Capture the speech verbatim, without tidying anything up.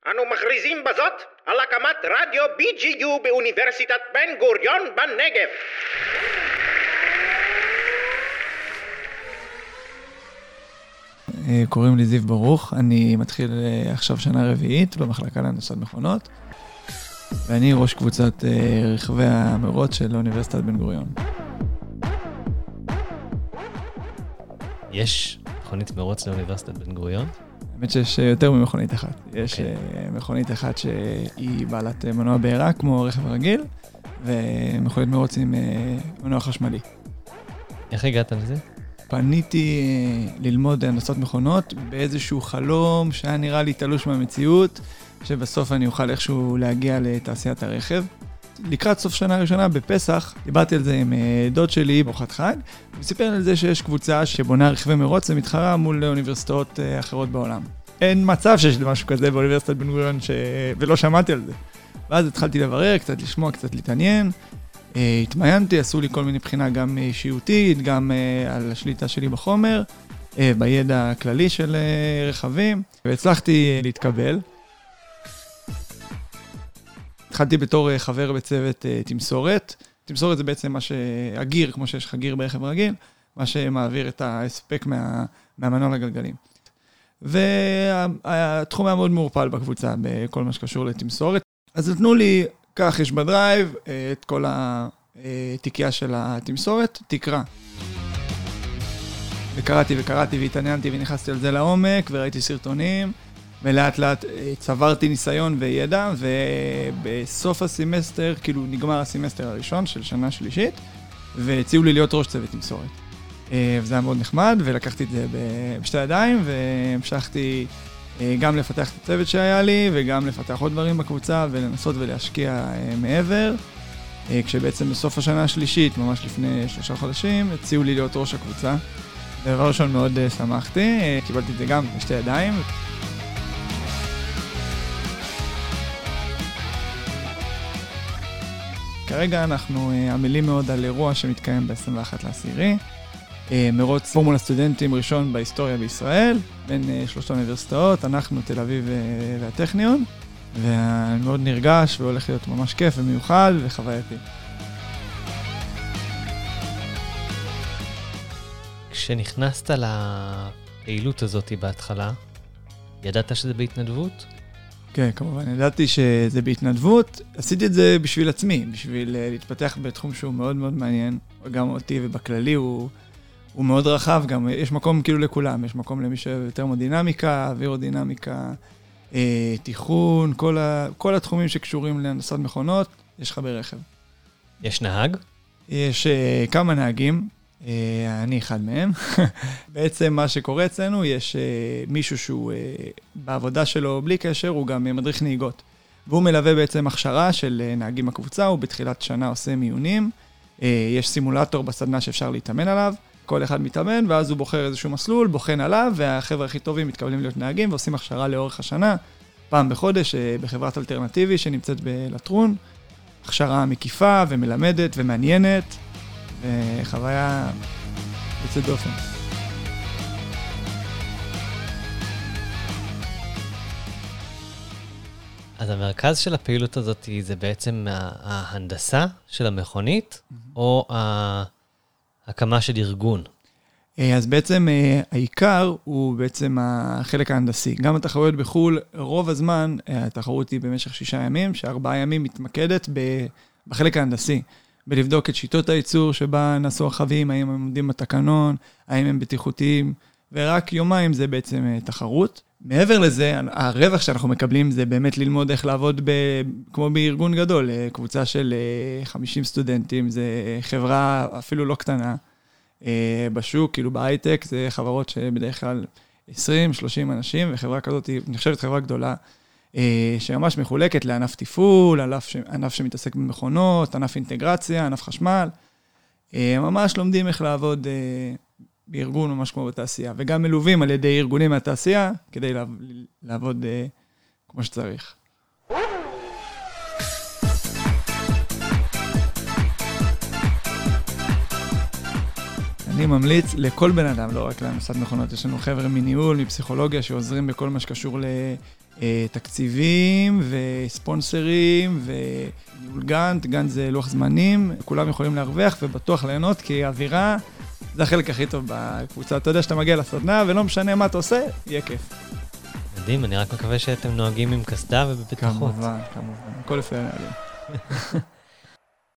אנו מכריזים בזאת על הקמת רדיו בי ג'י יו באוניברסיטת בן גוריון בנגב. קוראים לי זיו ברוך, אני מתחיל עכשיו שנה רביעית במחלקה להנדסת מכונות, ואני ראש קבוצת רכבי המרוץ של אוניברסיטת בן גוריון. יש מכונית מרוץ לאוניברסיטת בן גוריון? האמת שיש יותר ממכונית אחת. יש okay. מכונית אחת שהיא בעלת מנוע בעירה כמו רכב רגיל, ומכונית מרוץ עם מנוע חשמלי. איך הגעת לזה? פניתי ללמוד הנדסת מכונות באיזשהו חלום שהיה נראה לי תלוש מהמציאות, שבסוף אני אוכל איכשהו להגיע לתעשיית הרכב. לקראת סוף שנה ראשונה בפסח, דיברתי על זה עם דוד שלי בארוחת חג, וסיפר על זה שיש קבוצה שבונה רכבי מרוץ ומתחרה מול אוניברסיטאות אחרות בעולם. אין מצב שיש משהו כזה באוניברסיטת בן גוריון ש... ולא שמעתי על זה. ואז התחלתי לברר, קצת לשמוע, קצת להתעניין. התמיינתי, עשו לי כל מיני בחינה גם אישיותית, גם על השליטה שלי בחומר, בידע הכללי של רכבים, והצלחתי להתקבל. התחלתי בתור חבר בצוות תמסורת. תמסורת זה בעצם מה שהגיר, כמו שיש לך גיר ברכב רגיל, מה שמעביר את ההספק מה, מהמנוע לגלגלים. והתחום היה מאוד מעורפל בקבוצה בכל מה שקשור לתמסורת. אז נתנו לי, כך יש בדרייב, את כל התיקייה של התמסורת, תקרא. וקראתי וקראתי והתעניינתי ונכנסתי על זה לעומק, וראיתי סרטונים, ולאט לאט צברתי ניסיון וידע, ובסוף הסמסטר, כאילו נגמר הסמסטר הראשון של שנה שלישית, והציעו לי להיות ראש צוות תמסורת. וזה היה מאוד נחמד, ולקחתי את זה בשתי ידיים, והמשכתי גם לפתח את הצוות שהיה לי, וגם לפתח עוד דברים בקבוצה, ולנסות ולהשקיע מעבר. כשבעצם בסוף השנה השלישית, ממש לפני שלושה חודשים, הציעו לי להיות ראש הקבוצה. דבר ראשון מאוד שמחתי, קיבלתי את זה גם בשתי ידיים. כרגע אנחנו עמלים מאוד על אירוע שמתקיים ב-עשרים ואחד לעשירי. מרוץ פורמולה סטודנטים ראשון בהיסטוריה בישראל, בין שלושת האוניברסיטאות, אנחנו תל אביב והטכניון, ואני מאוד נרגש והולך להיות ממש כיף ומיוחד וחווייתי. כשנכנסת לפעילות הזאת בהתחלה, ידעת שזה בהתנדבות? כן, כמובן, ידעתי שזה בהתנדבות. עשיתי את זה בשביל עצמי, בשביל להתפתח בתחום שהוא מאוד מאוד מעניין, גם אותי ובכללי הוא, הוא מאוד רחב, גם יש מקום כאילו לכולם, יש מקום למי שיותר מודינמיקה, אווירודינמיקה, אה, תיכון, כל, ה, כל התחומים שקשורים להנדסת מכונות, יש לך ברכב. יש נהג? יש אה, כמה נהגים, אה, אני אחד מהם. בעצם מה שקורה אצלנו, יש אה, מישהו שהוא אה, בעבודה שלו בלי קשר, הוא גם מדריך נהיגות. והוא מלווה בעצם הכשרה של אה, נהגים בקבוצה, הוא בתחילת שנה עושה מיונים, אה, יש סימולטור בסדנה שאפשר להתאמן עליו, כל אחד מתאמן, ואז הוא בוחר איזשהו מסלול, בוחן עליו, והחבר'ה הכי טובים מתקבלים להיות נהגים, ועושים הכשרה לאורך השנה, פעם בחודש, אה, בחברת אלטרנטיבי שנמצאת בלטרון, הכשרה מקיפה ומלמדת ומעניינת, וחוויה יוצאת דופן. אז המרכז של הפעילות הזאת זה בעצם ההנדסה של המכונית, mm-hmm. או ההקמה של ארגון? אז בעצם העיקר הוא בעצם החלק ההנדסי. גם התחרויות בחול, רוב הזמן התחרות היא במשך שישה ימים, שארבעה ימים מתמקדת בחלק ההנדסי. בלבדוק את שיטות הייצור שבה נעשו רכבים, האם הם עומדים בתקנון, האם הם בטיחותיים, ורק יומיים זה בעצם תחרות. מעבר לזה, הרווח שאנחנו מקבלים זה באמת ללמוד איך לעבוד ב, כמו בארגון גדול, קבוצה של חמישים סטודנטים, זה חברה אפילו לא קטנה בשוק, כאילו בהייטק, זה חברות שבדרך כלל עשרים שלושים אנשים, וחברה כזאת היא נחשבת חברה גדולה, שממש מחולקת לענף תפעול, ענף, ענף שמתעסק במכונות, ענף אינטגרציה, ענף חשמל. ממש לומדים איך לעבוד בארגון ממש כמו בתעשייה, וגם מלווים על ידי ארגונים מהתעשייה, כדי לעבוד כמו שצריך. אני ממליץ לכל בן אדם, לא רק להנדסת מכונות, יש לנו חבר'ה מניהול, מפסיכולוגיה, שעוזרים בכל מה שקשור תקציבים וספונסרים וניהול גאנט, גאנט זה לוח זמנים, כולם יכולים להרוויח ובטוח ליהנות, כי האווירה זה החלק הכי טוב בקבוצה. אתה יודע שאתה מגיע לסדנה ולא משנה מה אתה עושה, יהיה כיף. מדהים, אני רק מקווה שאתם נוהגים עם קסדה ובבטיחות. כמובן, כמובן, הכל לפי הנהלים.